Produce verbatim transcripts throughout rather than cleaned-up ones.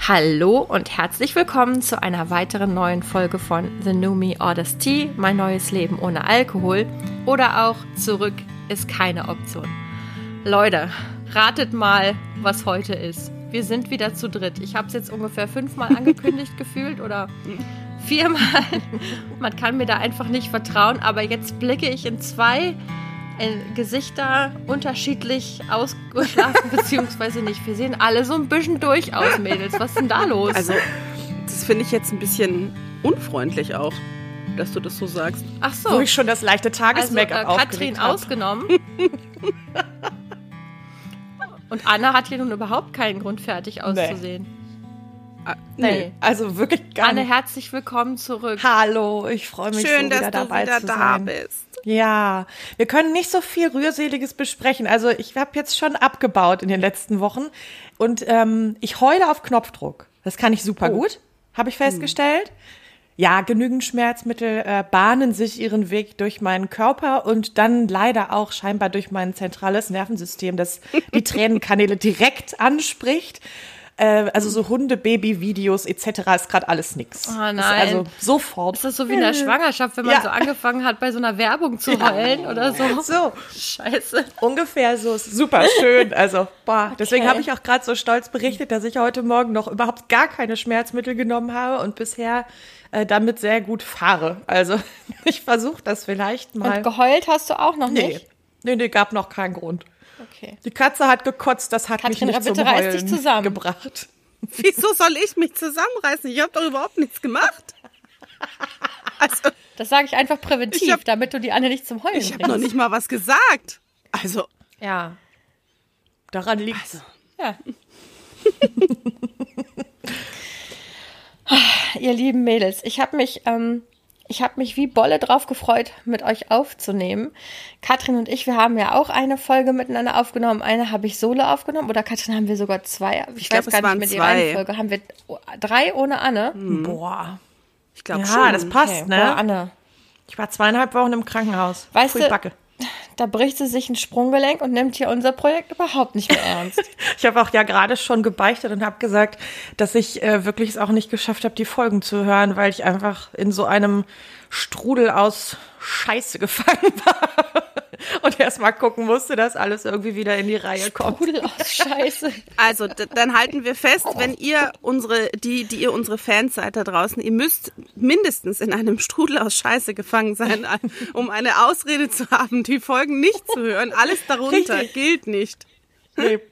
Hallo und herzlich willkommen zu einer weiteren neuen Folge von The New Me Orders Tea, mein neues Leben ohne Alkohol oder auch Zurück ist keine Option. Leute, ratet mal, was heute ist. Wir sind wieder zu dritt. Ich habe es jetzt ungefähr fünfmal angekündigt gefühlt oder viermal. Man kann mir da einfach nicht vertrauen, aber jetzt blicke ich in zwei Gesichter unterschiedlich ausgeschlafen, beziehungsweise nicht. Wir sehen alle so ein bisschen durch aus, Mädels. Was ist denn da los? Also, das finde ich jetzt ein bisschen unfreundlich auch, dass du das so sagst. Ach so. Wo ich schon das leichte Tages-Make-up also, äh, Katrin hab. ausgenommen. Und Anna hat hier nun überhaupt keinen Grund, fertig auszusehen. Nee. Nee, also wirklich gar Anne, nicht. herzlich willkommen zurück. Hallo, ich freue mich Schön, so, wieder dass dabei du wieder zu da sein. bist. Ja, wir können nicht so viel Rührseliges besprechen. Also ich habe jetzt schon abgebaut in den letzten Wochen und ähm, ich heule auf Knopfdruck. Das kann ich super oh. gut, habe ich festgestellt. Hm. Ja, genügend Schmerzmittel äh, bahnen sich ihren Weg durch meinen Körper und dann leider auch scheinbar durch mein zentrales Nervensystem, das die Tränenkanäle direkt anspricht. Also so Hunde-Baby-Videos et cetera ist gerade alles nix. Oh nein. Also sofort. Ist das so wie in der Schwangerschaft, wenn man ja. so angefangen hat, bei so einer Werbung zu ja. heulen oder so? So. Scheiße. Ungefähr so. Super schön. Also, boah. Okay. Deswegen habe ich auch gerade so stolz berichtet, dass ich heute Morgen noch überhaupt gar keine Schmerzmittel genommen habe und bisher äh, damit sehr gut fahre. Also, ich versuche das vielleicht mal. Und geheult hast du auch noch nee. nicht? Nee, nee, gab noch keinen Grund. Okay. Die Katze hat gekotzt, das hat Katrin, mich nicht bitte zum reiß Heulen dich zusammen. gebracht. Wieso soll ich mich zusammenreißen? Ich habe doch überhaupt nichts gemacht. Also, das sage ich einfach präventiv, ich hab, damit du die Anne nicht zum Heulen Ich bringst. habe noch nicht mal was gesagt. Also. Ja. Daran liegt's. Also. Ja. Ihr lieben Mädels, ich habe mich... Ähm, Ich habe mich wie Bolle drauf gefreut, mit euch aufzunehmen. Katrin und ich, wir haben ja auch eine Folge miteinander aufgenommen. Eine habe ich solo aufgenommen. Oder Katrin, haben wir sogar zwei? Ich, ich weiß glaub, gar nicht mehr die Reihenfolge. Haben wir drei ohne Anne? Hm. Boah. Ich glaube ja, schon. Ja, das passt, okay. ne? Boah, Anne. Ich war zweieinhalb Wochen im Krankenhaus. Weißt Pfui, du, Backe. Da bricht sie sich ein Sprunggelenk und nimmt hier unser Projekt überhaupt nicht mehr ernst. Ich habe auch ja gerade schon gebeichtet und habe gesagt, dass ich äh, wirklich es auch nicht geschafft habe, die Folgen zu hören, weil ich einfach in so einem Strudel aus Scheiße gefangen war und erst mal gucken musste, dass alles irgendwie wieder in die Reihe kommt. Strudel aus Scheiße. Also, d- dann halten wir fest, wenn ihr unsere, die, die ihr unsere Fans seid da draußen, ihr müsst mindestens in einem Strudel aus Scheiße gefangen sein, um eine Ausrede zu haben, die Folgen nicht zu hören. Alles darunter Richtig. gilt nicht. Nee.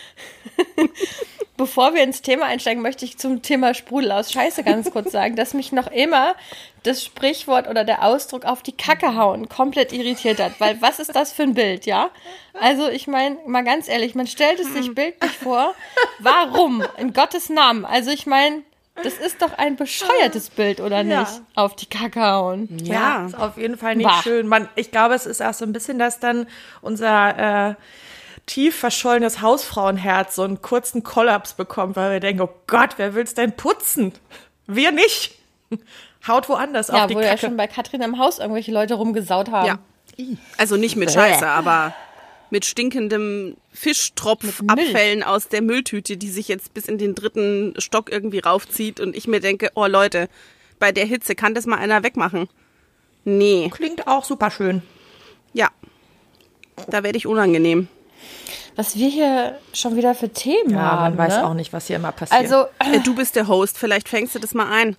Bevor wir ins Thema einsteigen, möchte ich zum Thema Sprudel aus Scheiße ganz kurz sagen, dass mich noch immer das Sprichwort oder der Ausdruck auf die Kacke hauen komplett irritiert hat. Weil was ist das für ein Bild, ja? Also ich meine, mal ganz ehrlich, man stellt es sich bildlich vor. Warum? In Gottes Namen. Also ich meine, das ist doch ein bescheuertes Bild, oder nicht? Ja. Auf die Kacke hauen. Ja, Ja. ist auf jeden Fall nicht Bah. schön. Man, ich glaube, es ist auch so ein bisschen, dass dann unser äh, tief verschollenes Hausfrauenherz so einen kurzen Kollaps bekommt, weil wir denken, oh Gott, wer will's denn putzen? Wir nicht. Haut woanders Ja, auf die wo Kacke. ja schon bei Katrin im Haus irgendwelche Leute rumgesaut haben. Ja. Also nicht mit Scheiße, aber mit stinkendem Fischtropfabfällen aus der Mülltüte, die sich jetzt bis in den dritten Stock irgendwie raufzieht und ich mir denke, oh Leute, bei der Hitze kann das mal einer wegmachen. Nee. Klingt auch super schön. Ja. Da werde ich unangenehm. Was wir hier schon wieder für Themen Ja, haben, man weiß ne? auch nicht, was hier immer passiert. Also, Äh, Du bist der Host, vielleicht fängst du das mal ein.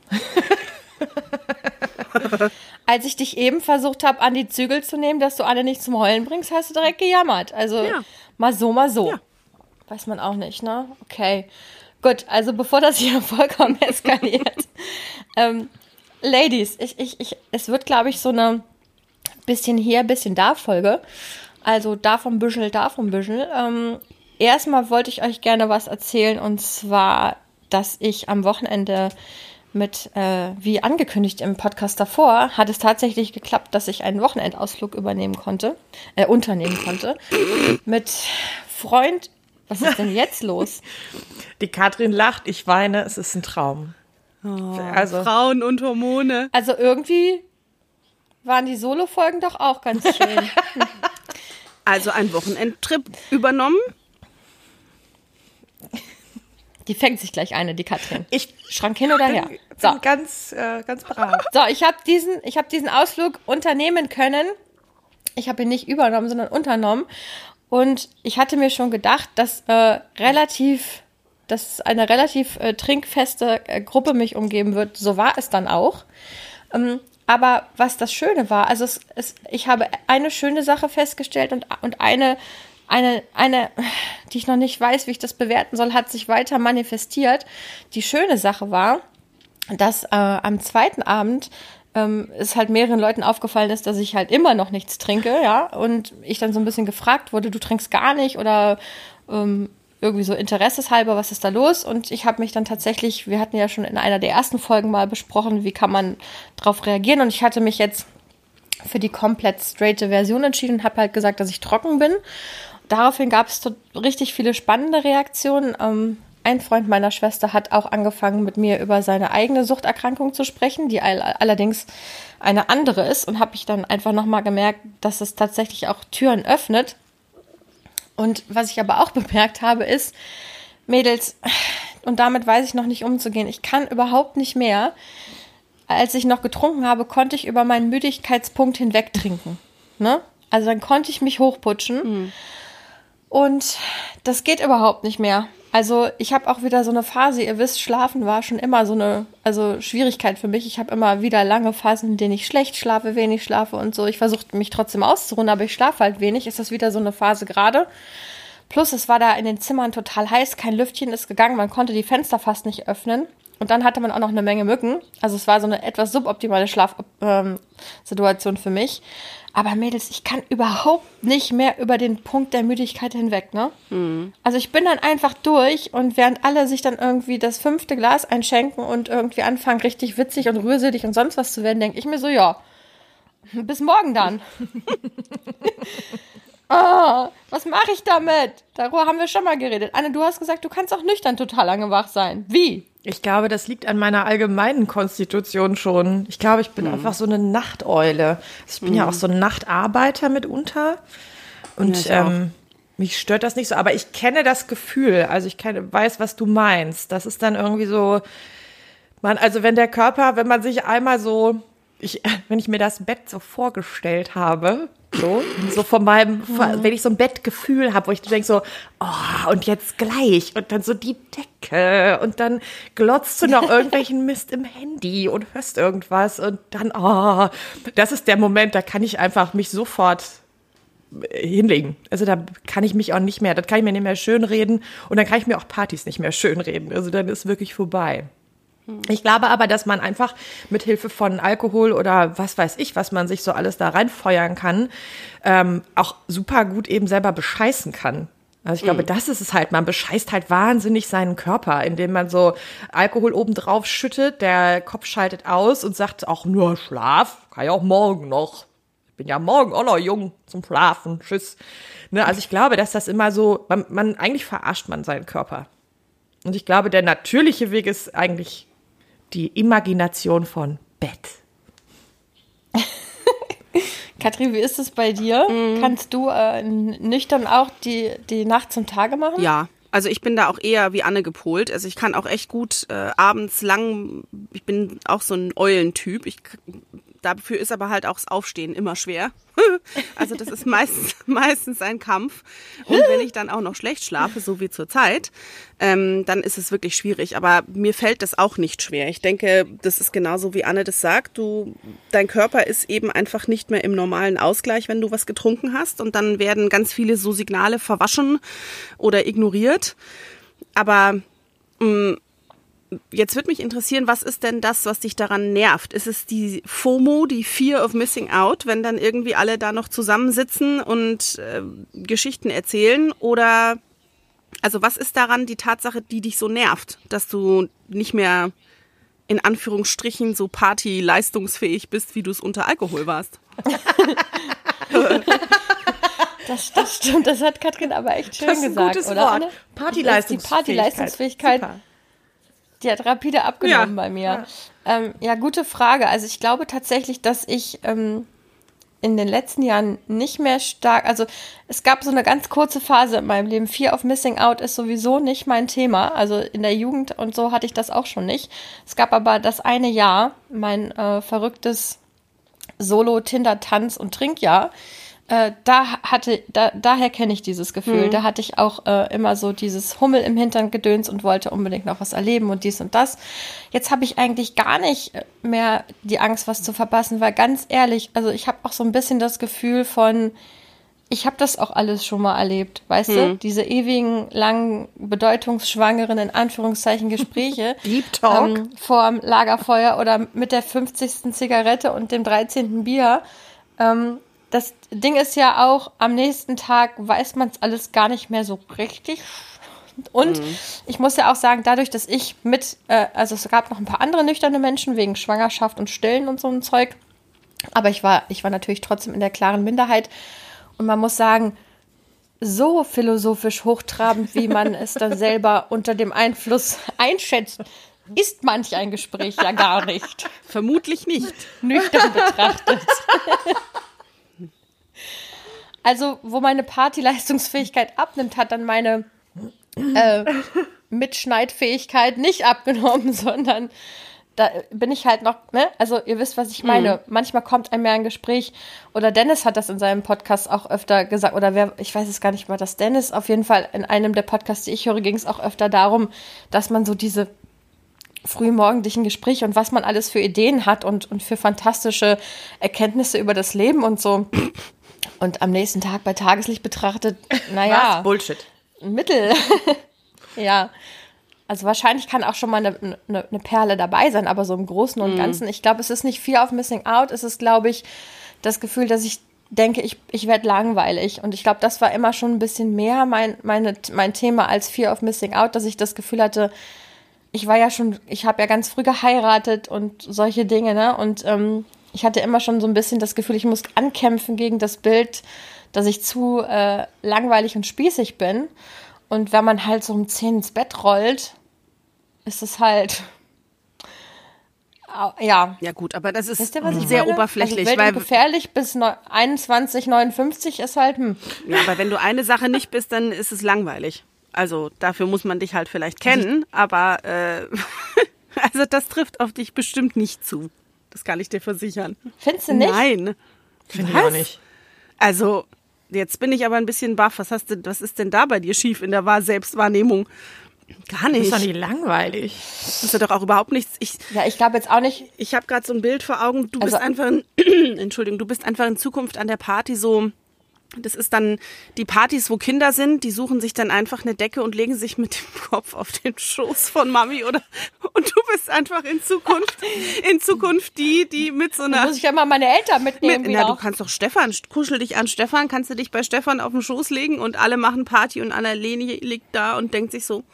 als ich dich eben versucht habe, an die Zügel zu nehmen, dass du alle nicht zum Heulen bringst, hast du direkt gejammert. Also Ja. mal so, mal so. Ja. Weiß man auch nicht, ne? Okay. Gut, also bevor das hier vollkommen eskaliert. ähm, Ladies, ich, ich, ich, es wird, glaube ich, so eine bisschen hier, bisschen da Folge. Also da vom Büschel, da vom Büschel. Ähm, erstmal wollte ich euch gerne was erzählen, und zwar, dass ich am Wochenende mit, äh, wie angekündigt im Podcast davor, hat es tatsächlich geklappt, dass ich einen Wochenendausflug übernehmen konnte, äh, unternehmen konnte, mit Freund. Was ist denn jetzt los? Die Katrin lacht, ich weine, es ist ein Traum. Oh, Also- Frauen und Hormone. Also irgendwie waren die Solo-Folgen doch auch ganz schön. Also ein Wochenendtrip übernommen. Die fängt sich gleich eine, die Katrin. Ich Schrank hin oder bin, her. bin So, ganz, äh, ganz brav. so ich habe diesen, ich hab diesen Ausflug unternehmen können. Ich habe ihn nicht übernommen, sondern unternommen. Und ich hatte mir schon gedacht, dass äh, relativ, dass eine relativ äh, trinkfeste äh, Gruppe mich umgeben wird. So war es dann auch. Ähm, aber was das Schöne war, also es, es, ich habe eine schöne Sache festgestellt und, und eine, eine, eine, die ich noch nicht weiß, wie ich das bewerten soll, hat sich weiter manifestiert. Die schöne Sache war, dass äh, am zweiten Abend ähm, es halt mehreren Leuten aufgefallen ist, dass ich halt immer noch nichts trinke, ja, und ich dann so ein bisschen gefragt wurde, du trinkst gar nicht oder ähm, irgendwie so interesseshalber, was ist da los? Und ich habe mich dann tatsächlich, wir hatten ja schon in einer der ersten Folgen mal besprochen, wie kann man drauf reagieren, und ich hatte mich jetzt für die komplett straighte Version entschieden und habe halt gesagt, dass ich trocken bin. Daraufhin gab es richtig viele spannende Reaktionen. Ähm, ein Freund meiner Schwester hat auch angefangen, mit mir über seine eigene Suchterkrankung zu sprechen, die all- allerdings eine andere ist, und habe ich dann einfach nochmal gemerkt, dass es tatsächlich auch Türen öffnet. Und was ich aber auch bemerkt habe, ist, Mädels, und damit weiß ich noch nicht umzugehen, ich kann überhaupt nicht mehr. Als ich noch getrunken habe, konnte ich über meinen Müdigkeitspunkt hinweg trinken. Ne? Also dann konnte ich mich hochputschen. Mhm. Und das geht überhaupt nicht mehr. Also ich habe auch wieder so eine Phase, ihr wisst, Schlafen war schon immer so eine also Schwierigkeit für mich. Ich habe immer wieder lange Phasen, in denen ich schlecht schlafe, wenig schlafe und so. Ich versuche mich trotzdem auszuruhen, aber ich schlafe halt wenig. Ist das wieder so eine Phase gerade? Plus es war da in den Zimmern total heiß, kein Lüftchen ist gegangen, man konnte die Fenster fast nicht öffnen. Und dann hatte man auch noch eine Menge Mücken. Also es war so eine etwas suboptimale Schlafsituation ähm, für mich. Aber Mädels, ich kann überhaupt nicht mehr über den Punkt der Müdigkeit hinweg, ne? Mhm. Also ich bin dann einfach durch, und während alle sich dann irgendwie das fünfte Glas einschenken und irgendwie anfangen, richtig witzig und rührselig und sonst was zu werden, denke ich mir so, ja, bis morgen dann. Oh, was mache ich damit? Darüber haben wir schon mal geredet. Anne, du hast gesagt, du kannst auch nüchtern total lange wach sein. Wie? Ich glaube, das liegt an meiner allgemeinen Konstitution schon. Ich glaube, ich bin mhm. einfach so eine Nachteule. Ich bin mhm. ja auch so ein Nachtarbeiter mitunter. Und ja, ähm, mich stört das nicht so. Aber ich kenne das Gefühl. Also ich kenne, weiß, was du meinst. Das ist dann irgendwie so, man, also wenn der Körper, wenn man sich einmal so, ich, wenn ich mir das Bett so vorgestellt habe, so, so von meinem, mhm. wenn ich so ein Bettgefühl habe, wo ich denke so, oh, und jetzt gleich, und dann so die Decke, und dann glotzt du noch irgendwelchen Mist im Handy und hörst irgendwas, und dann, oh, das ist der Moment, da kann ich einfach mich sofort hinlegen. Also da kann ich mich auch nicht mehr, das kann ich mir nicht mehr schönreden, und dann kann ich mir auch Partys nicht mehr schönreden. Also dann ist wirklich vorbei. Ich glaube aber, dass man einfach mit Hilfe von Alkohol oder was weiß ich, was man sich so alles da reinfeuern kann, ähm, auch super gut eben selber bescheißen kann. Also ich glaube, mm. das ist es halt. Man bescheißt halt wahnsinnig seinen Körper, indem man so Alkohol obendrauf schüttet, der Kopf schaltet aus und sagt auch nur Schlaf, kann ja auch morgen noch. Ich bin ja morgen auch noch jung zum Schlafen, tschüss. Ne, also ich glaube, dass das immer so, man, man eigentlich verarscht man seinen Körper. Und ich glaube, der natürliche Weg ist eigentlich die Imagination von Bett. Katrin, wie ist es bei dir? Mm. Kannst du äh, nüchtern auch die, die Nacht zum Tage machen? Ja, also ich bin da auch eher wie Anne gepolt. Also ich kann auch echt gut äh, abends lang, ich bin auch so ein Eulentyp. Ich, dafür ist aber halt auch das Aufstehen immer schwer. Also das ist meistens, meistens ein Kampf. Und wenn ich dann auch noch schlecht schlafe, so wie zur Zeit, ähm, dann ist es wirklich schwierig. Aber mir fällt das auch nicht schwer. Ich denke, das ist genauso, wie Anne das sagt. Du, dein Körper ist eben einfach nicht mehr im normalen Ausgleich, wenn du was getrunken hast. Und dann werden ganz viele so Signale verwaschen oder ignoriert. Aber mh, jetzt würde mich interessieren, was ist denn das, was dich daran nervt? Ist es die FOMO, die Fear of Missing Out, wenn dann irgendwie alle da noch zusammensitzen und äh, Geschichten erzählen? Oder, also was ist daran die Tatsache, die dich so nervt, dass du nicht mehr in Anführungsstrichen so party-leistungsfähig bist, wie du es unter Alkohol warst? Das, das stimmt, das hat Katrin aber echt schön das ist ein gesagt, gutes oder? Wort. Party-Leistungsfähigkeit. Die Party-Leistungsfähigkeit. Super. Die hat rapide abgenommen ja. bei mir. Ja. Ähm, ja, gute Frage. Also ich glaube tatsächlich, dass ich ähm, in den letzten Jahren nicht mehr stark, also es gab so eine ganz kurze Phase in meinem Leben. Fear of Missing Out ist sowieso nicht mein Thema. Also in der Jugend und so hatte ich das auch schon nicht. Es gab aber das eine Jahr, mein äh, verrücktes Solo-Tinder-Tanz- und Trinkjahr. Äh, da hatte, da, daher kenne ich dieses Gefühl. Mhm. Da hatte ich auch äh, immer so dieses Hummel im Hintern gedöns und wollte unbedingt noch was erleben und dies und das. Jetzt habe ich eigentlich gar nicht mehr die Angst, was zu verpassen, weil ganz ehrlich, also ich habe auch so ein bisschen das Gefühl von, ich habe das auch alles schon mal erlebt, weißt mhm. du? Diese ewigen, langen, bedeutungsschwangeren, in Anführungszeichen, Gespräche Deep Talk. Ähm, vorm Lagerfeuer oder mit der fünfzigsten Zigarette und dem dreizehnten Bier. Ähm, Das Ding ist ja auch, am nächsten Tag weiß man es alles gar nicht mehr so richtig. Und mhm. ich muss ja auch sagen, dadurch, dass ich mit, äh, also es gab noch ein paar andere nüchterne Menschen wegen Schwangerschaft und Stillen und so ein Zeug. Aber ich war, ich war natürlich trotzdem in der klaren Minderheit. Und man muss sagen, so philosophisch hochtrabend, wie man es dann selber unter dem Einfluss einschätzt, ist manch ein Gespräch ja gar nicht. Vermutlich nicht. Nüchtern betrachtet. Also, wo meine Partyleistungsfähigkeit abnimmt, hat dann meine äh, Mitschneidfähigkeit nicht abgenommen, sondern da bin ich halt noch, ne? Also, ihr wisst, was ich meine. Mhm. Manchmal kommt einem ja ein Gespräch, oder Dennis hat das in seinem Podcast auch öfter gesagt, oder wer, ich weiß es gar nicht mehr, das Dennis, auf jeden Fall in einem der Podcasts, die ich höre, ging es auch öfter darum, dass man so diese frühmorgendlichen Gespräche und was man alles für Ideen hat und, und für fantastische Erkenntnisse über das Leben und so. Und am nächsten Tag bei Tageslicht betrachtet, naja. Was? Bullshit. Mittel. Ja. Also wahrscheinlich kann auch schon mal eine, eine, eine Perle dabei sein, aber so im Großen und Ganzen, ich glaube, es ist nicht Fear of Missing Out, es ist, glaube ich, das Gefühl, dass ich denke, ich, ich werde langweilig. Und ich glaube, das war immer schon ein bisschen mehr mein, meine, mein Thema als Fear of Missing Out, dass ich das Gefühl hatte, ich war ja schon, ich habe ja ganz früh geheiratet und solche Dinge, ne? Und ähm, ich hatte immer schon so ein bisschen das Gefühl, ich muss ankämpfen gegen das Bild, dass ich zu äh, langweilig und spießig bin. Und wenn man halt so um zehn ins Bett rollt, ist es halt, äh, ja. Ja gut, aber das ist ihr, sehr meine? oberflächlich. Also wild und gefährlich bis einundzwanzig neunundfünfzig ist halt, hm. Ja, aber wenn du eine Sache nicht bist, dann ist es langweilig. Also dafür muss man dich halt vielleicht kennen, aber äh, also das trifft auf dich bestimmt nicht zu. Das kann ich dir versichern. Findest du nicht? Nein. Finde ich auch nicht. Also, jetzt bin ich aber ein bisschen baff. Was hast du, was ist denn da bei dir schief in der Wahr- Selbstwahrnehmung? Gar nicht. Das ist doch nicht langweilig. Das ist ja doch auch überhaupt nichts. Ich, ja, ich glaube jetzt auch nicht. Ich habe gerade so ein Bild vor Augen. Du also, bist einfach, in, Entschuldigung, du bist einfach in Zukunft an der Party so. Das ist dann die Partys, wo Kinder sind, die suchen sich dann einfach eine Decke und legen sich mit dem Kopf auf den Schoß von Mami oder und du bist einfach in Zukunft in Zukunft die, die mit so einer. Da muss ich ja mal meine Eltern mitnehmen. Mit, na, du kannst doch Stefan, kuschel dich an Stefan, kannst du dich bei Stefan auf den Schoß legen und alle machen Party und Annalene liegt da und denkt sich so.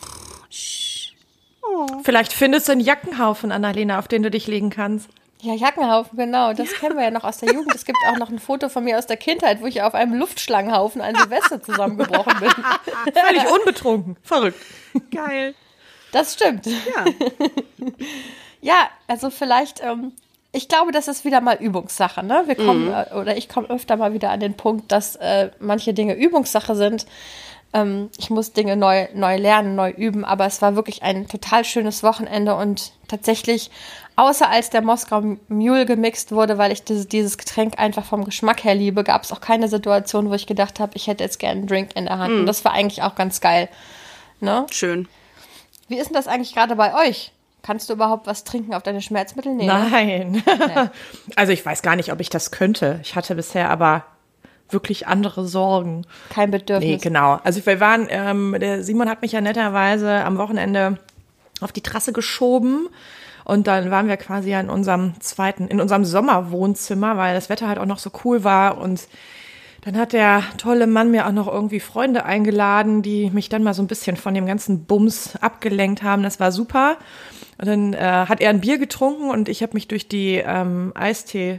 Oh. Vielleicht findest du einen Jackenhaufen, Annalena, auf den du dich legen kannst. Ja, Jackenhaufen, genau. Das ja. kennen wir ja noch aus der Jugend. Es gibt auch noch ein Foto von mir aus der Kindheit, wo ich auf einem Luftschlangenhaufen an Silvester zusammengebrochen bin. Völlig unbetrunken. Verrückt. Geil. Das stimmt. Ja, ja, also vielleicht, ähm, ich glaube, das ist wieder mal Übungssache. Ne? Wir kommen, Mhm. äh, oder ich komme öfter mal wieder an den Punkt, dass äh, manche Dinge Übungssache sind. Ähm, ich muss Dinge neu, neu lernen, neu üben, aber es war wirklich ein total schönes Wochenende und tatsächlich, außer als der Moskau Mule gemixt wurde, weil ich dieses, dieses Getränk einfach vom Geschmack her liebe, gab es auch keine Situation, wo ich gedacht habe, ich hätte jetzt gerne einen Drink in der Hand. Mhm. Und das war eigentlich auch ganz geil. Ne? Schön. Wie ist denn das eigentlich gerade bei euch? Kannst du überhaupt was trinken auf deine Schmerzmittel? Nee, Nein. Nee. Also ich weiß gar nicht, ob ich das könnte. Ich hatte bisher aber wirklich andere Sorgen. Kein Bedürfnis. Nee, genau. Also wir waren, ähm, der Simon hat mich ja netterweise am Wochenende auf die Trasse geschoben und dann waren wir quasi ja in unserem zweiten, in unserem Sommerwohnzimmer, weil das Wetter halt auch noch so cool war und dann hat der tolle Mann mir auch noch irgendwie Freunde eingeladen, die mich dann mal so ein bisschen von dem ganzen Bums abgelenkt haben. Das war super. Und dann äh, hat er ein Bier getrunken und ich habe mich durch die ähm, Eistee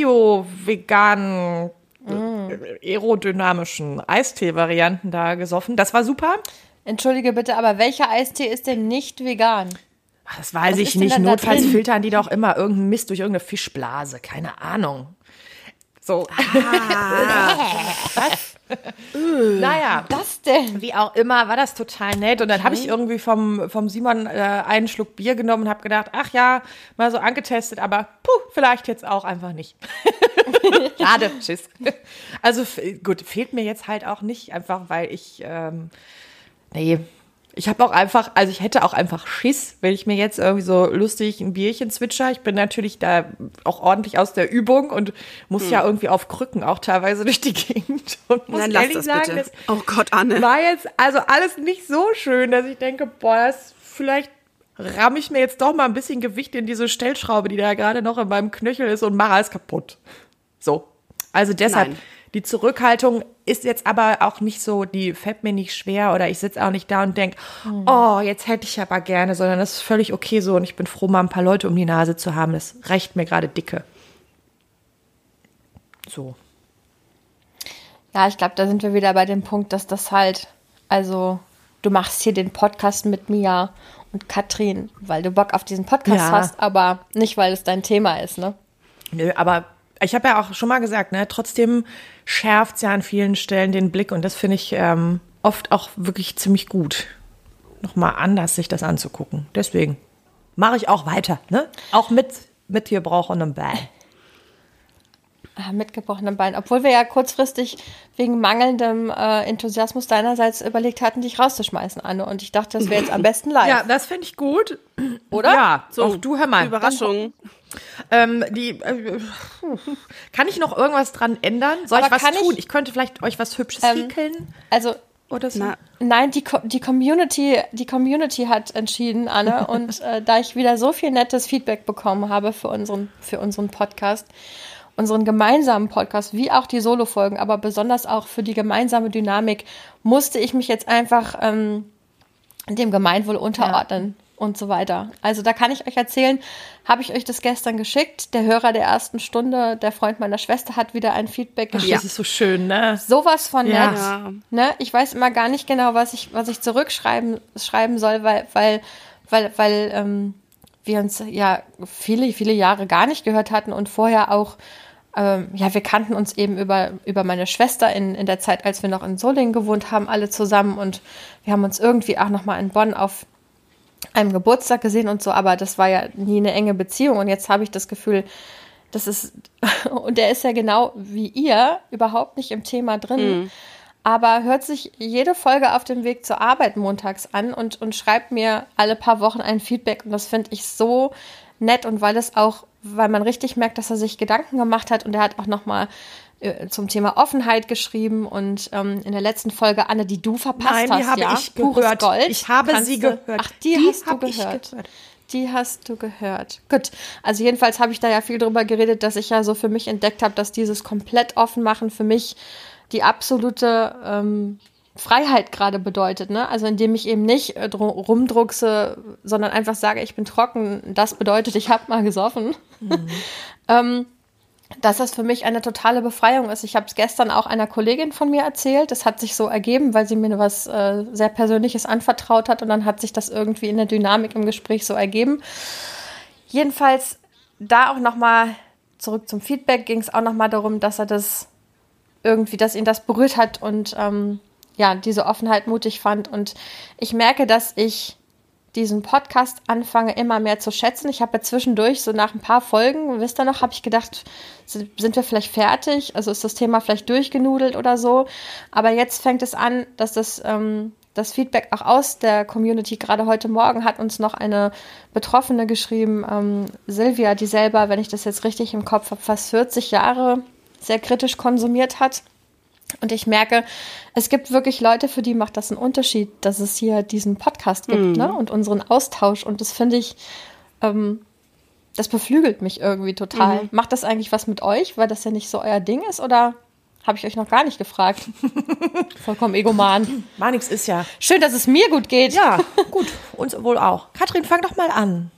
bio-veganen mm. aerodynamischen Eistee-Varianten da gesoffen. Das war super. Entschuldige bitte, aber welcher Eistee ist denn nicht vegan? Ach, das weiß Was ich ist denn nicht. da Notfalls drin? filtern die doch immer irgendeinen Mist durch irgendeine Fischblase. Keine Ahnung. So. Ah. Was? Naja, Das denn? wie auch immer, war das total nett. Und dann habe ich irgendwie vom, vom Simon äh, einen Schluck Bier genommen und habe gedacht, ach ja, mal so angetestet, aber puh, vielleicht jetzt auch einfach nicht. Schade, tschüss. Also f- gut, fehlt mir jetzt halt auch nicht, einfach weil ich, ähm, nee, ich habe auch einfach, also ich hätte auch einfach Schiss, wenn ich mir jetzt irgendwie so lustig ein Bierchen zwitscher. Ich bin natürlich da auch ordentlich aus der Übung und muss hm. ja irgendwie auf Krücken auch teilweise durch die Gegend. Und muss Nein, lass ehrlich das sagen, bitte. das Oh Gott, Anne. war jetzt also alles nicht so schön, dass ich denke, boah, das vielleicht ramme ich mir jetzt doch mal ein bisschen Gewicht in diese Stellschraube, die da gerade noch in meinem Knöchel ist und mache alles kaputt. So, also deshalb, Nein. die Zurückhaltung ist jetzt aber auch nicht so, die fällt mir nicht schwer oder ich sitze auch nicht da und denke, hm. oh, jetzt hätte ich aber gerne, sondern das ist völlig okay so und ich bin froh, mal ein paar Leute um die Nase zu haben. Das reicht mir gerade dicke. So. Ja, ich glaube, da sind wir wieder bei dem Punkt, dass das halt, also du machst hier den Podcast mit Mia und Katrin, weil du Bock auf diesen Podcast Ja. hast, aber nicht, weil es dein Thema ist, ne? Nö, aber ich habe ja auch schon mal gesagt, ne, trotzdem schärft es ja an vielen Stellen den Blick und das finde ich ähm, oft auch wirklich ziemlich gut. Nochmal anders, sich das anzugucken. Deswegen mache ich auch weiter, ne? Auch mit, mit gebrochenem Bein. Ah, mit gebrochenem Bein. Obwohl wir ja kurzfristig wegen mangelndem äh, Enthusiasmus deinerseits überlegt hatten, dich rauszuschmeißen, Anne. Und ich dachte, das wäre jetzt am besten live. Ja, das finde ich gut. Oder? Ja, So, auch du, hör mal. Überraschung. Ähm, die, äh, kann ich noch irgendwas dran ändern? Soll Aber ich was kann tun? ich- Ich könnte vielleicht euch was Hübsches Ähm, häkeln Also, oder so. Na, nein, die, Co- die Community, die Community hat entschieden, Anne. Und äh, da ich wieder so viel nettes Feedback bekommen habe für unseren, für unseren Podcast, unseren gemeinsamen Podcast, wie auch die Solo-Folgen, aber besonders auch für die gemeinsame Dynamik, musste ich mich jetzt einfach ähm, dem Gemeinwohl unterordnen. Und so weiter. Also da kann ich euch erzählen, habe ich euch das gestern geschickt. Der Hörer der ersten Stunde, der Freund meiner Schwester, hat wieder ein Feedback Ach, geschickt. das ist so schön, ne? Sowas von Ja. nett. Ja. Ne? Ich weiß immer gar nicht genau, was ich, was ich zurückschreiben schreiben soll, weil, weil, weil, weil ähm, wir uns ja viele, viele Jahre gar nicht gehört hatten und vorher auch, ähm, ja, wir kannten uns eben über, über meine Schwester in, in der Zeit, als wir noch in Solingen gewohnt haben, alle zusammen und wir haben uns irgendwie auch nochmal in Bonn auf einem Geburtstag gesehen und so, aber das war ja nie eine enge Beziehung und jetzt habe ich das Gefühl, das ist, und der ist ja genau wie ihr überhaupt nicht im Thema drin, mhm. aber hört sich jede Folge auf dem Weg zur Arbeit montags an und, und schreibt mir alle paar Wochen ein Feedback und das finde ich so nett und weil es auch, weil man richtig merkt, dass er sich Gedanken gemacht hat und er hat auch nochmal zum Thema Offenheit geschrieben und ähm, in der letzten Folge, Anne, die du verpasst Nein, hast, die habe ja? ich Pures gehört. Gold. Ich habe Kannst sie du, gehört. Ach, die, Die hast du hab ich gehört. gehört. Die hast du gehört. Gut, also jedenfalls habe ich da ja viel drüber geredet, dass ich ja so für mich entdeckt habe, dass dieses komplett offen machen für mich die absolute ähm, Freiheit gerade bedeutet, ne? Also indem ich eben nicht äh, drum, rumdruckse, sondern einfach sage, ich bin trocken. Das bedeutet, ich habe mal gesoffen. Mhm. ähm, dass das für mich eine totale Befreiung ist. Ich habe es gestern auch einer Kollegin von mir erzählt. Das hat sich so ergeben, weil sie mir was äh, sehr Persönliches anvertraut hat und dann hat sich das irgendwie in der Dynamik im Gespräch so ergeben. Jedenfalls da auch nochmal zurück zum Feedback ging es auch nochmal darum, dass er das irgendwie, dass ihn das berührt hat und ähm, ja, diese Offenheit mutig fand. Und ich merke, dass ich diesen Podcast anfange immer mehr zu schätzen. Ich habe ja zwischendurch, so nach ein paar Folgen, wisst ihr noch, habe ich gedacht, sind wir vielleicht fertig? Also ist das Thema vielleicht durchgenudelt oder so? Aber jetzt fängt es an, dass das, ähm, das Feedback auch aus der Community, gerade heute Morgen hat uns noch eine Betroffene geschrieben, ähm, Silvia, die selber, wenn ich das jetzt richtig im Kopf habe, fast vierzig Jahre sehr kritisch konsumiert hat. Und ich merke, es gibt wirklich Leute, für die macht das einen Unterschied, dass es hier diesen Podcast gibt, mm. ne? Und unseren Austausch. Und das finde ich, ähm, das beflügelt mich irgendwie total. Mm. Macht das eigentlich was mit euch, weil das ja nicht so euer Ding ist? Oder habe ich euch noch gar nicht gefragt? Vollkommen egoman. War nix ist ja. Schön, dass es mir gut geht. Ja, gut. Uns wohl auch. Katrin, fang doch mal an.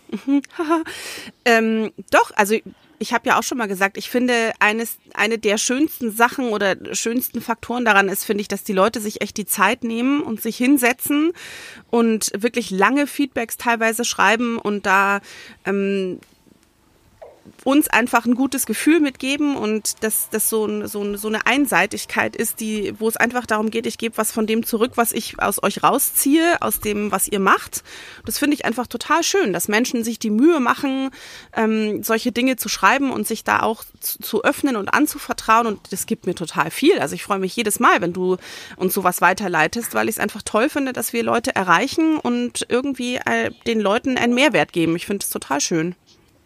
ähm, doch, also ich habe ja auch schon mal gesagt, ich finde, eines, eine der schönsten Sachen oder schönsten Faktoren daran ist, finde ich, dass die Leute sich echt die Zeit nehmen und sich hinsetzen und wirklich lange Feedbacks teilweise schreiben und da ähm, uns einfach ein gutes Gefühl mitgeben und dass das so, so, so eine Einseitigkeit ist, die, wo es einfach darum geht, ich gebe was von dem zurück, was ich aus euch rausziehe, aus dem, was ihr macht. Das finde ich einfach total schön, dass Menschen sich die Mühe machen, ähm, solche Dinge zu schreiben und sich da auch zu, zu öffnen und anzuvertrauen, und das gibt mir total viel. Also ich freue mich jedes Mal, wenn du uns sowas weiterleitest, weil ich es einfach toll finde, dass wir Leute erreichen und irgendwie äh, den Leuten einen Mehrwert geben. Ich finde es total schön.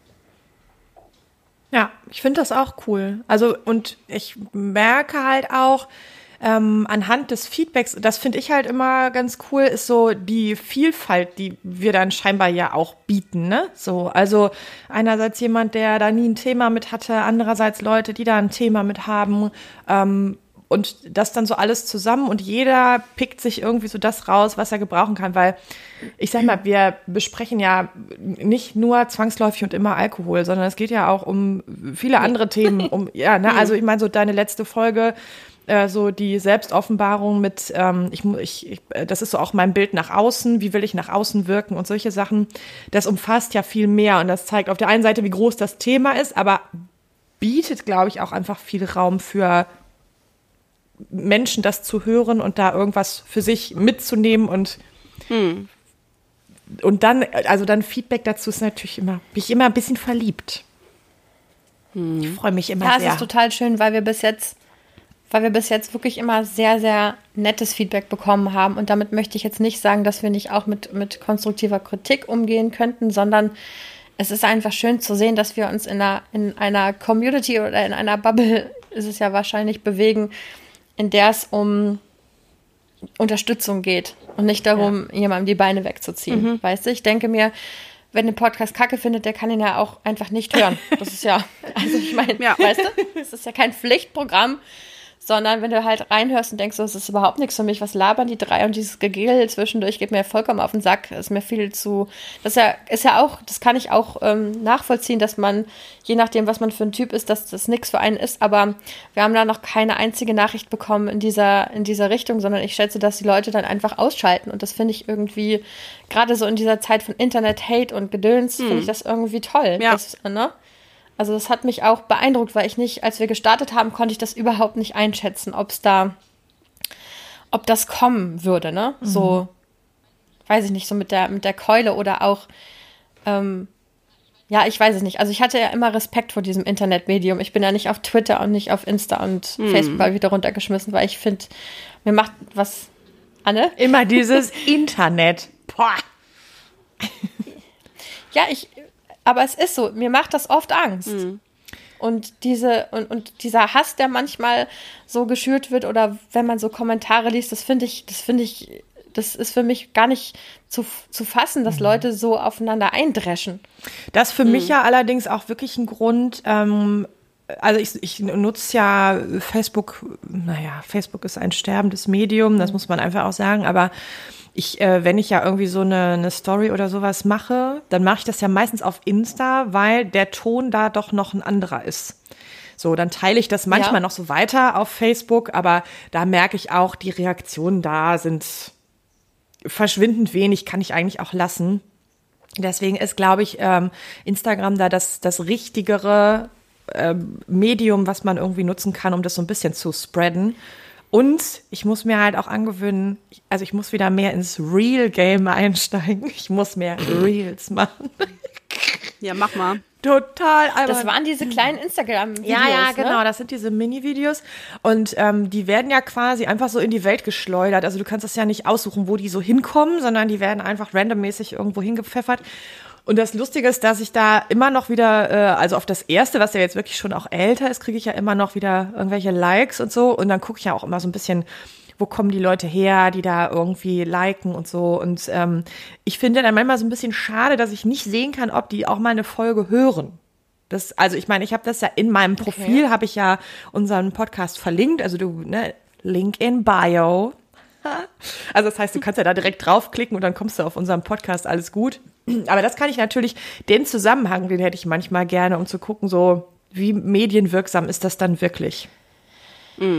Ja, ich finde das auch cool. Also, und ich merke halt auch, ähm, anhand des Feedbacks, das finde ich halt immer ganz cool, ist so die Vielfalt, die wir dann scheinbar ja auch bieten, ne? So, also einerseits jemand, der da nie ein Thema mit hatte, andererseits Leute, die da ein Thema mit haben, ähm, und das dann so alles zusammen und jeder pickt sich irgendwie so das raus, was er gebrauchen kann, weil ich sag mal, wir besprechen ja nicht nur zwangsläufig und immer Alkohol, sondern es geht ja auch um viele andere Themen, um, ja, ne, also ich meine so deine letzte Folge, äh, so die Selbstoffenbarung mit, ähm, ich, ich, ich, das ist so auch mein Bild nach außen, wie will ich nach außen wirken und solche Sachen, das umfasst ja viel mehr und das zeigt auf der einen Seite, wie groß das Thema ist, aber bietet, glaube ich, auch einfach viel Raum für Menschen, das zu hören und da irgendwas für sich mitzunehmen und hm. und dann, also dann Feedback dazu ist natürlich immer, bin ich immer ein bisschen verliebt. Hm. Ich freue mich immer ja, sehr. Ja, es ist total schön, weil wir bis jetzt, weil wir bis jetzt wirklich immer sehr, sehr nettes Feedback bekommen haben, und damit möchte ich jetzt nicht sagen, dass wir nicht auch mit, mit konstruktiver Kritik umgehen könnten, sondern es ist einfach schön zu sehen, dass wir uns in einer, in einer Community oder in einer Bubble, ist es ja wahrscheinlich, bewegen, in der es um Unterstützung geht und nicht darum, ja. jemandem die Beine wegzuziehen. Mhm. Weißt du, ich denke mir, wenn ein Podcast Kacke findet, der kann ihn ja auch einfach nicht hören. Das ist ja, also ich meine, ja. weißt du, das ist ja kein Pflichtprogramm, sondern wenn du halt reinhörst und denkst, so, das ist überhaupt nichts für mich, was labern die drei, und dieses Gegel zwischendurch geht mir vollkommen auf den Sack, ist mir viel zu, das ist ja, ist ja auch, das kann ich auch ähm, nachvollziehen, dass man, je nachdem, was man für ein Typ ist, dass das nichts für einen ist, aber wir haben da noch keine einzige Nachricht bekommen in dieser, in dieser Richtung, sondern ich schätze, dass die Leute dann einfach ausschalten, und das finde ich irgendwie, gerade so in dieser Zeit von Internet-Hate und Gedöns, hm. finde ich das irgendwie toll. Ja. Das, ne? Also das hat mich auch beeindruckt, weil ich nicht, als wir gestartet haben, konnte ich das überhaupt nicht einschätzen, ob es da, ob das kommen würde, ne? Mhm. So, weiß ich nicht, so mit der, mit der Keule oder auch, ähm, ja, ich weiß es nicht. Also ich hatte ja immer Respekt vor diesem Internetmedium. Ich bin ja nicht auf Twitter und nicht auf Insta und mhm. Facebook wieder runtergeschmissen, weil ich finde, mir macht was, Anne? Immer dieses Internet. Boah. Ja, ich... Aber es ist so, mir macht das oft Angst. Mhm. Und, diese, und, und dieser Hass, der manchmal so geschürt wird, oder wenn man so Kommentare liest, das finde ich, das finde ich, das ist für mich gar nicht zu, zu fassen, dass mhm. Leute so aufeinander eindreschen. Das ist für mhm. mich ja allerdings auch wirklich ein Grund, ähm, also ich, ich nutze ja Facebook, naja, Facebook ist ein sterbendes Medium, das muss man einfach auch sagen, aber Ich, äh, wenn ich ja irgendwie so eine, eine Story oder sowas mache, dann mache ich das ja meistens auf Insta, weil der Ton da doch noch ein anderer ist. So, dann teile ich das manchmal ja. noch so weiter auf Facebook, aber da merke ich auch, die Reaktionen da sind verschwindend wenig, kann ich eigentlich auch lassen. Deswegen ist, glaube ich, ähm, Instagram da das, das richtigere ähm, Medium, was man irgendwie nutzen kann, um das so ein bisschen zu spreaden. Und ich muss mir halt auch angewöhnen, also ich muss wieder mehr ins Real-Game einsteigen. Ich muss mehr Reels machen. Ja, mach mal. Total. Das waren diese kleinen Instagram-Videos, Ja, ja, ne? genau. Das sind diese Mini-Videos. Und ähm, die werden ja quasi einfach so in die Welt geschleudert. Also du kannst das ja nicht aussuchen, wo die so hinkommen, sondern die werden einfach randommäßig irgendwo hingepfeffert. Und das Lustige ist, dass ich da immer noch wieder, äh, also auf das erste, was ja jetzt wirklich schon auch älter ist, kriege ich ja immer noch wieder irgendwelche Likes und so. Und dann gucke ich ja auch immer so ein bisschen, wo kommen die Leute her, die da irgendwie liken und so. Und ähm, ich finde dann manchmal so ein bisschen schade, dass ich nicht sehen kann, ob die auch mal eine Folge hören. Das, also ich meine, ich habe das ja in meinem Profil, okay. habe ich ja unseren Podcast verlinkt. Also du, ne, Link in Bio. Also das heißt, du kannst ja da direkt draufklicken und dann kommst du auf unseren Podcast, alles gut. Aber das kann ich natürlich, den Zusammenhang, den hätte ich manchmal gerne, um zu gucken, so wie medienwirksam ist das dann wirklich?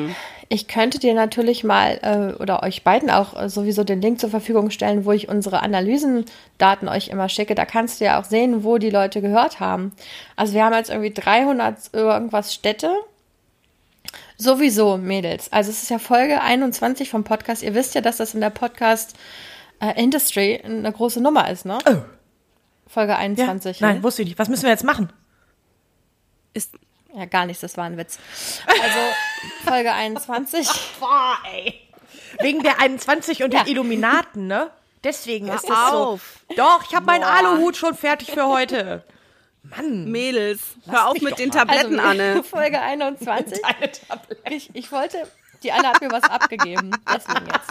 ich könnte dir natürlich mal äh, oder euch beiden auch äh, sowieso den Link zur Verfügung stellen, wo ich unsere Analysendaten euch immer schicke. Da kannst du ja auch sehen, wo die Leute gehört haben. Also wir haben jetzt irgendwie dreihundert irgendwas Städte. Sowieso, Mädels. Also es ist ja Folge einundzwanzig vom Podcast. Ihr wisst ja, dass das in der Podcast-Industry äh, eine große Nummer ist, ne? Oh. Folge einundzwanzig. Ja, nein, ne? wusste ich nicht. Was müssen wir jetzt machen? Ist ja, gar nichts, das war ein Witz. Also Folge einundzwanzig. Boah, ey. Wegen der einundzwanzig und ja. den Illuminaten, ne? Deswegen Hör ist das auf. so. Doch, ich habe meinen Aluhut schon fertig für heute. Mann. Mädels, hör auf mit den mal. Tabletten, also, Anne. Folge einundzwanzig. Deine Tabletten. Ich, ich wollte, die Anne hat mir was abgegeben. Deswegen jetzt.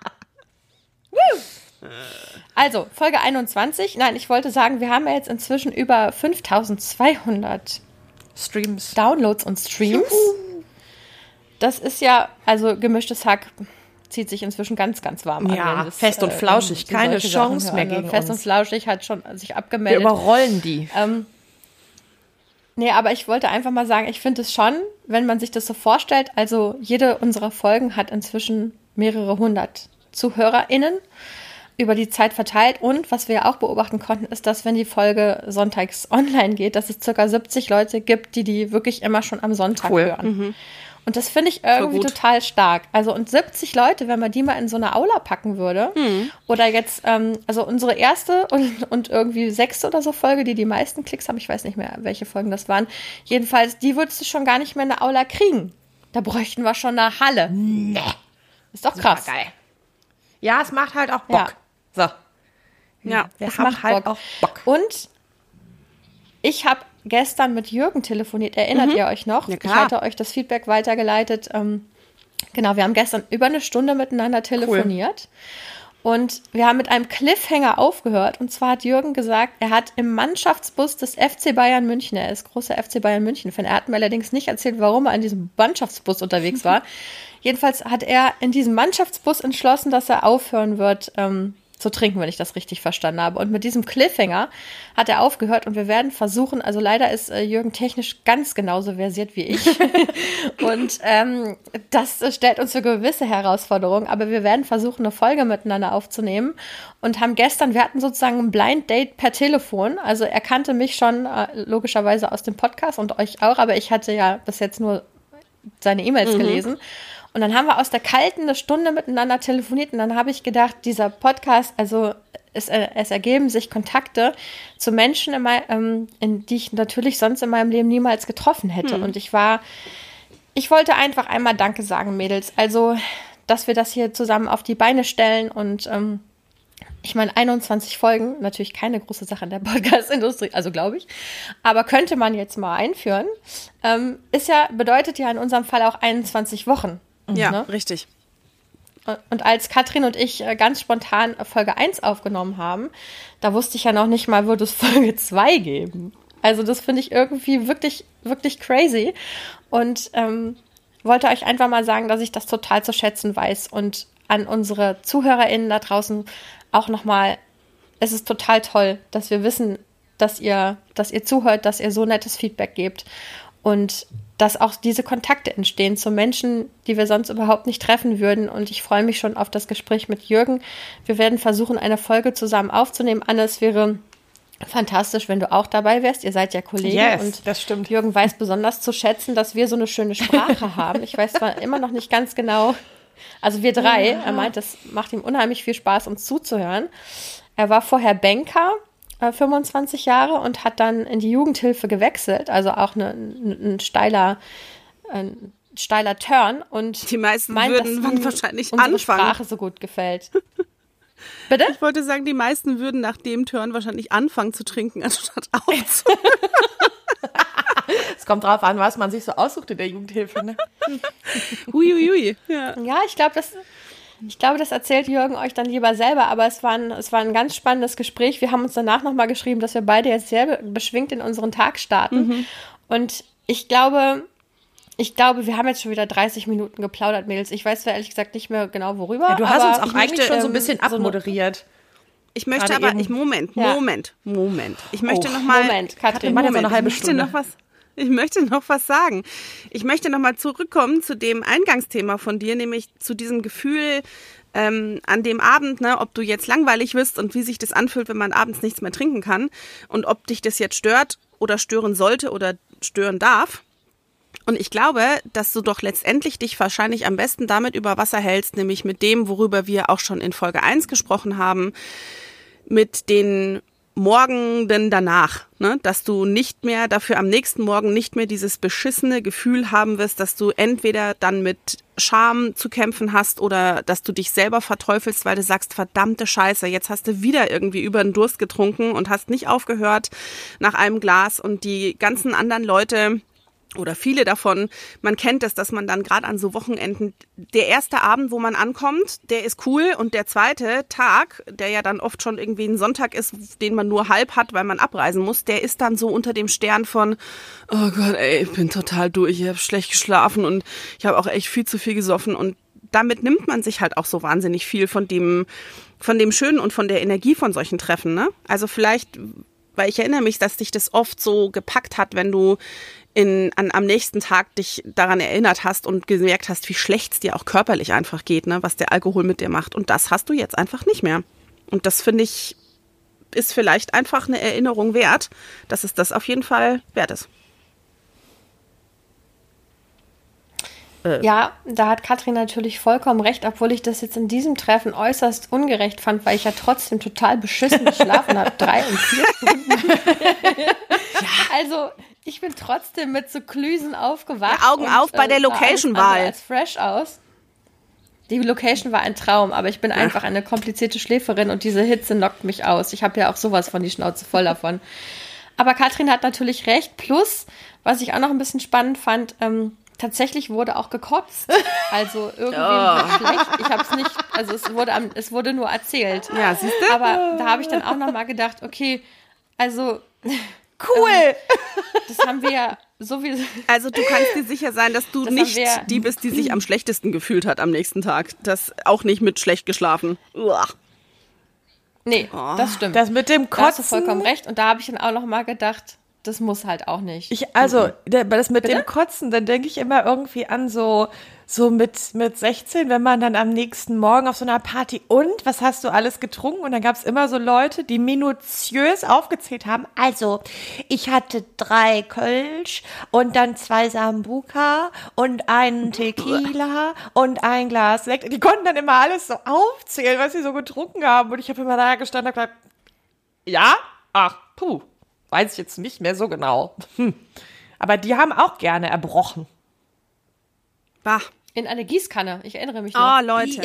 Also, Folge einundzwanzig. Nein, ich wollte sagen, wir haben ja jetzt inzwischen über fünftausendzweihundert Streams. Downloads und Streams. Juhu. Das ist ja, also gemischtes Hack zieht sich inzwischen ganz, ganz warm an. Ja, das, fest und äh, flauschig. Keine Chance Sachen mehr hören. gegen Fest uns. und flauschig hat schon sich Wir abgemeldet. überrollen die. Ähm, nee, aber ich wollte einfach mal sagen, ich finde es schon, wenn man sich das so vorstellt, also jede unserer Folgen hat inzwischen mehrere hundert ZuhörerInnen über die Zeit verteilt. Und was wir ja auch beobachten konnten, ist, dass wenn die Folge sonntags online geht, dass es circa siebzig Leute gibt, die die wirklich immer schon am Sonntag Cool. hören. Mhm. Und das finde ich irgendwie gut. total stark. Also und siebzig Leute, wenn man die mal in so eine Aula packen würde, Mhm. oder jetzt, ähm, also unsere erste und, und irgendwie sechste oder so Folge, die die meisten Klicks haben, ich weiß nicht mehr, welche Folgen das waren, jedenfalls, die würdest du schon gar nicht mehr in eine Aula kriegen. Da bräuchten wir schon eine Halle. Nee. Ist doch krass. Geil. Ja, es macht halt auch Bock. So. Ja. Wir Das haben macht halt Bock. auch Bock. Und ich habe gestern mit Jürgen telefoniert. Erinnert Mhm. ihr euch noch? Ja, ich klar. hatte euch das Feedback weitergeleitet. Ähm, genau, wir haben gestern über eine Stunde miteinander telefoniert. Und wir haben mit einem Cliffhanger aufgehört. Und zwar hat Jürgen gesagt, er hat im Mannschaftsbus des F C Bayern München, er ist großer F C Bayern München-Fan, er hat mir allerdings nicht erzählt, warum er in diesem Mannschaftsbus unterwegs war. Jedenfalls hat er in diesem Mannschaftsbus entschlossen, dass er aufhören wird, ähm, zu trinken, wenn ich das richtig verstanden habe. Und mit diesem Cliffhanger hat er aufgehört und wir werden versuchen, also leider ist äh, Jürgen technisch ganz genauso versiert wie ich und ähm, das äh, stellt uns für gewisse Herausforderungen, aber wir werden versuchen, eine Folge miteinander aufzunehmen und haben gestern, wir hatten sozusagen ein Blind Date per Telefon, also er kannte mich schon äh, logischerweise aus dem Podcast und euch auch, aber ich hatte ja bis jetzt nur seine E-Mails mhm. gelesen. Und dann haben wir aus der Kalten eine Stunde miteinander telefoniert und dann habe ich gedacht, dieser Podcast, also es, es ergeben sich Kontakte zu Menschen, in, mein, ähm, in die ich natürlich sonst in meinem Leben niemals getroffen hätte. Hm. Und ich war, ich wollte einfach einmal Danke sagen, Mädels. Also, dass wir das hier zusammen auf die Beine stellen und ähm, ich meine, einundzwanzig Folgen, natürlich keine große Sache in der Podcast-Industrie, also glaube ich, aber könnte man jetzt mal einführen, ähm, ist ja, bedeutet ja in unserem Fall auch einundzwanzig Wochen. Ja, ne? Richtig. Und als Katrin und ich ganz spontan Folge eins aufgenommen haben, da wusste ich ja noch nicht mal, würde es Folge zwei geben. Also das finde ich irgendwie wirklich, wirklich crazy. Und ähm, wollte euch einfach mal sagen, dass ich das total zu schätzen weiß. Und an unsere ZuhörerInnen da draußen auch nochmal, es ist total toll, dass wir wissen, dass ihr, dass ihr zuhört, dass ihr so nettes Feedback gebt. Und dass auch diese Kontakte entstehen zu Menschen, die wir sonst überhaupt nicht treffen würden. Und ich freue mich schon auf das Gespräch mit Jürgen. Wir werden versuchen, eine Folge zusammen aufzunehmen. Anne, es wäre fantastisch, wenn du auch dabei wärst. Ihr seid ja Kollegen. Yes, und das stimmt. Jürgen weiß besonders zu schätzen, dass wir so eine schöne Sprache haben. Ich weiß zwar immer noch nicht ganz genau, also wir drei, ja. Er meint, das macht ihm unheimlich viel Spaß, uns zuzuhören. Er war vorher Banker, fünfundzwanzig Jahre und hat dann in die Jugendhilfe gewechselt, also auch eine, ein, ein steiler ein steiler Turn und die meisten meint, würden dass ihm wahrscheinlich unsere anfangen. Sprache so gut gefällt. Bitte? Ich wollte sagen, die meisten würden nach dem Turn wahrscheinlich anfangen zu trinken, anstatt aufzuhören. Es kommt drauf an, was man sich so aussucht in der Jugendhilfe. Ne? Uiuiui. Ja, ja ich glaube, das Ich glaube, das erzählt Jürgen euch dann lieber selber, aber es war ein, es war ein ganz spannendes Gespräch. Wir haben uns danach nochmal geschrieben, dass wir beide jetzt sehr beschwingt in unseren Tag starten. Mhm. Und ich glaube, ich glaube, wir haben jetzt schon wieder dreißig Minuten geplaudert, Mädels. Ich weiß zwar ehrlich gesagt nicht mehr genau, worüber. Ja, du hast aber uns auch eigentlich schon so ein bisschen ähm, so abmoderiert. Ich möchte Gerade aber, eben. ich, Moment, Ja. Moment, Moment. Ich möchte Oh, noch mal, Moment, Katrin, Moment, Moment, so eine halbe ich möchte Stunde. noch was, Ich möchte noch was sagen. Ich möchte noch mal zurückkommen zu dem Eingangsthema von dir, nämlich zu diesem Gefühl ähm, an dem Abend, ne, ob du jetzt langweilig wirst und wie sich das anfühlt, wenn man abends nichts mehr trinken kann und ob dich das jetzt stört oder stören sollte oder stören darf. Und ich glaube, dass du doch letztendlich dich wahrscheinlich am besten damit über Wasser hältst, nämlich mit dem, worüber wir auch schon in Folge eins gesprochen haben, mit den Morgenden danach, ne? Dass du nicht mehr, dafür am nächsten Morgen nicht mehr dieses beschissene Gefühl haben wirst, dass du entweder dann mit Scham zu kämpfen hast oder dass du dich selber verteufelst, weil du sagst, verdammte Scheiße, jetzt hast du wieder irgendwie über den Durst getrunken und hast nicht aufgehört nach einem Glas und die ganzen anderen Leute oder viele davon, man kennt es, dass man dann gerade an so Wochenenden, der erste Abend, wo man ankommt, der ist cool und der zweite Tag, der ja dann oft schon irgendwie ein Sonntag ist, den man nur halb hat, weil man abreisen muss, der ist dann so unter dem Stern von, oh Gott, ey, ich bin total durch, ich habe schlecht geschlafen und ich habe auch echt viel zu viel gesoffen und damit nimmt man sich halt auch so wahnsinnig viel von dem, von dem Schönen und von der Energie von solchen Treffen, ne? Also vielleicht, weil ich erinnere mich, dass dich das oft so gepackt hat, wenn du In, an, am nächsten Tag dich daran erinnert hast und gemerkt hast, wie schlecht es dir auch körperlich einfach geht, ne, was der Alkohol mit dir macht. Und das hast du jetzt einfach nicht mehr. Und das, finde ich, ist vielleicht einfach eine Erinnerung wert, dass es das auf jeden Fall wert ist. Ja, da hat Katrin natürlich vollkommen recht, obwohl ich das jetzt in diesem Treffen äußerst ungerecht fand, weil ich ja trotzdem total beschissen geschlafen habe. Drei und vier Stunden. Ja. Also, ich bin trotzdem mit so Klüsen aufgewacht. Ja, Augen und, auf bei der äh, Location-Wahl. Also als fresh aus. Die Location war ein Traum, aber ich bin einfach eine komplizierte Schläferin und diese Hitze knockt mich aus. Ich habe ja auch sowas von die Schnauze voll davon. Aber Katrin hat natürlich recht. Plus, was ich auch noch ein bisschen spannend fand, ähm, tatsächlich wurde auch gekotzt. Also irgendwie oh. schlecht. Ich habe es nicht, also es wurde, am, es wurde nur erzählt. Ja, siehst du? Aber da habe ich dann auch noch mal gedacht, okay, also cool. Ähm, das haben wir ja sowieso. Also du kannst dir sicher sein, dass du das nicht die bist, die sich am schlechtesten gefühlt hat am nächsten Tag. Das auch nicht mit schlecht geschlafen. Uah. Nee, oh. das stimmt. Das mit dem Kotzen. Da hast du vollkommen recht. Und da habe ich dann auch noch mal gedacht, das muss halt auch nicht. Ich, also, der, das mit Bitte? dem Kotzen, dann denke ich immer irgendwie an so, so mit, mit sechzehn, wenn man dann am nächsten Morgen auf so einer Party und, was hast du alles getrunken? Und dann gab es immer so Leute, die minutiös aufgezählt haben. Also, ich hatte drei Kölsch und dann zwei Sambuca und einen Tequila und ein Glas Sekt. Die konnten dann immer alles so aufzählen, was sie so getrunken haben. Und ich habe immer da gestanden und gesagt, ja? Ach, puh. Weiß ich jetzt nicht mehr so genau. Hm. Aber die haben auch gerne erbrochen. Bah. In eine Gießkanne, ich erinnere mich noch. Oh, Leute.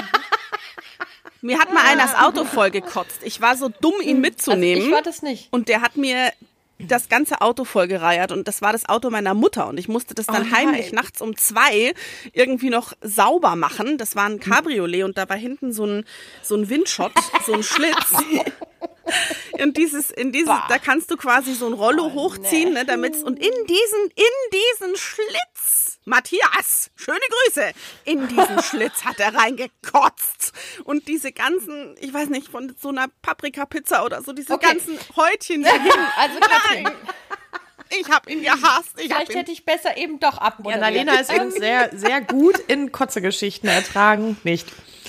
Mir hat mal einer das Auto voll gekotzt. Ich war so dumm, ihn mitzunehmen. Also ich war das nicht. Und der hat mir das ganze Auto vollgereiert und das war das Auto meiner Mutter und ich musste das dann oh heimlich nachts um zwei irgendwie noch sauber machen. Das war ein Cabriolet und da war hinten so ein, so ein Windschott, so ein Schlitz. Und dieses, in dieses, bah. Da kannst du quasi so ein Rollo oh, hochziehen, ne, damit's, und in diesen, in diesen Schlitz, Matthias, schöne Grüße, in diesen Schlitz hat er reingekotzt. Und diese ganzen, ich weiß nicht, von so einer Paprikapizza oder so, diese okay. ganzen Häutchen. Also Katrin. Ich hab ihn gehasst. Ich Vielleicht ihn hätte ich besser eben doch abmoderiert. Ja, Annalena ist eben sehr, sehr gut in Kotzegeschichten ertragen. Nicht.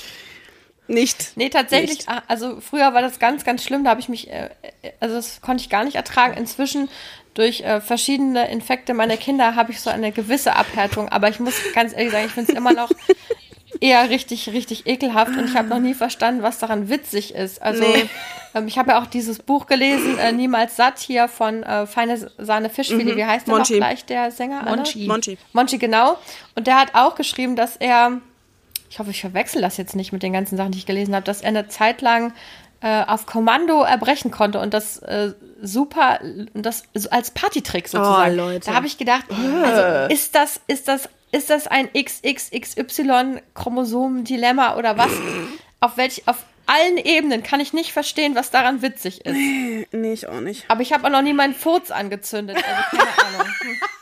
Nicht. Nee, tatsächlich, nicht. Also früher war das ganz, ganz schlimm, da habe ich mich, äh, also das konnte ich gar nicht ertragen. Inzwischen durch äh, verschiedene Infekte meiner Kinder habe ich so eine gewisse Abhärtung, aber ich muss ganz ehrlich sagen, ich finde es immer noch eher richtig, richtig ekelhaft und ich habe noch nie verstanden, was daran witzig ist. Also nee. ähm, ich habe ja auch dieses Buch gelesen, äh, Niemals satt, hier von äh, Feine Sahne Fischfilet, mhm. wie heißt der Monchi. noch gleich, der Sänger? Monchi. Monchi. Monchi, genau. Und der hat auch geschrieben, dass er, ich hoffe, ich verwechsel das jetzt nicht mit den ganzen Sachen, die ich gelesen habe, dass er eine Zeit lang äh, auf Kommando erbrechen konnte und das äh, super, das als Partytrick sozusagen. Oh, Leute. Da habe ich gedacht, also ist das, ist das, ist das ein X X X Y-Chromosom-Dilemma oder was? auf welch, auf allen Ebenen kann ich nicht verstehen, was daran witzig ist. Nee, nee, ich auch nicht. Aber ich habe auch noch nie meinen Furz angezündet, also keine Ahnung.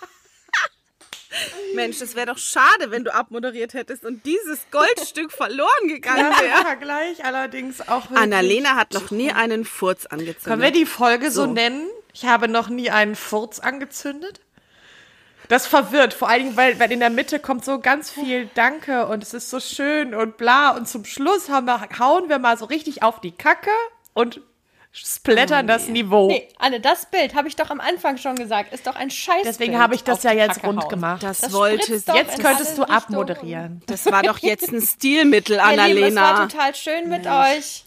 Mensch, das wäre doch schade, wenn du abmoderiert hättest und dieses Goldstück verloren gegangen wäre. Ja, Vergleich allerdings auch wirklich. Annalena hat noch nie einen Furz angezündet. Können wir die Folge so, so nennen? Ich habe noch nie einen Furz angezündet? Das verwirrt, vor allen Dingen, weil, weil in der Mitte kommt so ganz viel Danke und es ist so schön und bla. Und zum Schluss haben wir, hauen wir mal so richtig auf die Kacke und splattern oh, nee. das Niveau. Nee, Anne, das Bild, habe ich doch am Anfang schon gesagt, ist doch ein Scheiß. Deswegen habe ich das ja jetzt rund hauen. gemacht. Das, das wollte Jetzt könntest du abmoderieren. Das war doch jetzt ein Stilmittel, Annalena. Es war total schön mit ja. euch.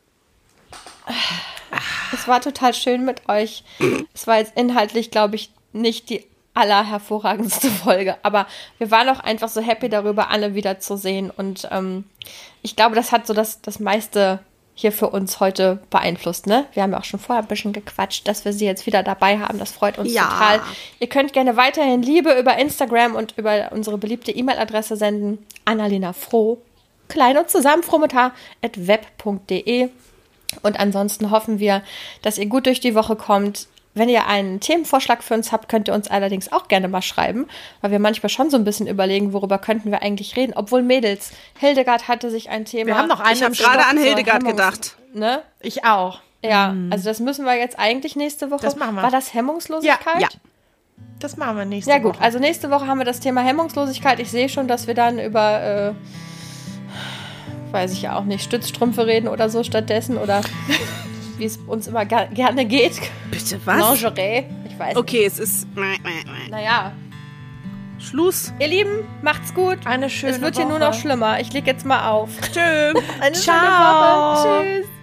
Es war total schön mit euch. Es war jetzt inhaltlich, glaube ich, nicht die allerhervorragendste Folge, aber wir waren auch einfach so happy darüber, alle wiederzusehen und ähm, ich glaube, das hat so das, das meiste hier für uns heute beeinflusst, ne? Wir haben ja auch schon vorher ein bisschen gequatscht, dass wir sie jetzt wieder dabei haben, das freut uns ja. total. Ihr könnt gerne weiterhin Liebe über Instagram und über unsere beliebte E-Mail-Adresse senden, Annalena Froh, klein und zusammen, froh mit h, at web punkt de und ansonsten hoffen wir, dass ihr gut durch die Woche kommt. Wenn ihr einen Themenvorschlag für uns habt, könnt ihr uns allerdings auch gerne mal schreiben, weil wir manchmal schon so ein bisschen überlegen, worüber könnten wir eigentlich reden. Obwohl, Mädels, Hildegard hatte sich ein Thema... Wir haben noch einen Ich habe gerade an Hildegard Hemmungs- gedacht. Ne? Ich auch. Ja, hm. also das müssen wir jetzt eigentlich nächste Woche... Das machen wir. War das Hemmungslosigkeit? Ja, ja. Das machen wir nächste Woche. Ja gut, Woche. Also nächste Woche haben wir das Thema Hemmungslosigkeit. Ich sehe schon, dass wir dann über... Äh, weiß ich ja auch nicht, Stützstrümpfe reden oder so stattdessen oder... wie es uns immer ga- gerne geht. Bitte was? Lingerie. Ich weiß Okay, nicht. es ist... Naja. Schluss. Ihr Lieben, macht's gut. Eine schöne Woche. Es wird hier nur noch schlimmer. Ich leg jetzt mal auf. Tschö. Eine Ciao. schöne Woche. Tschüss.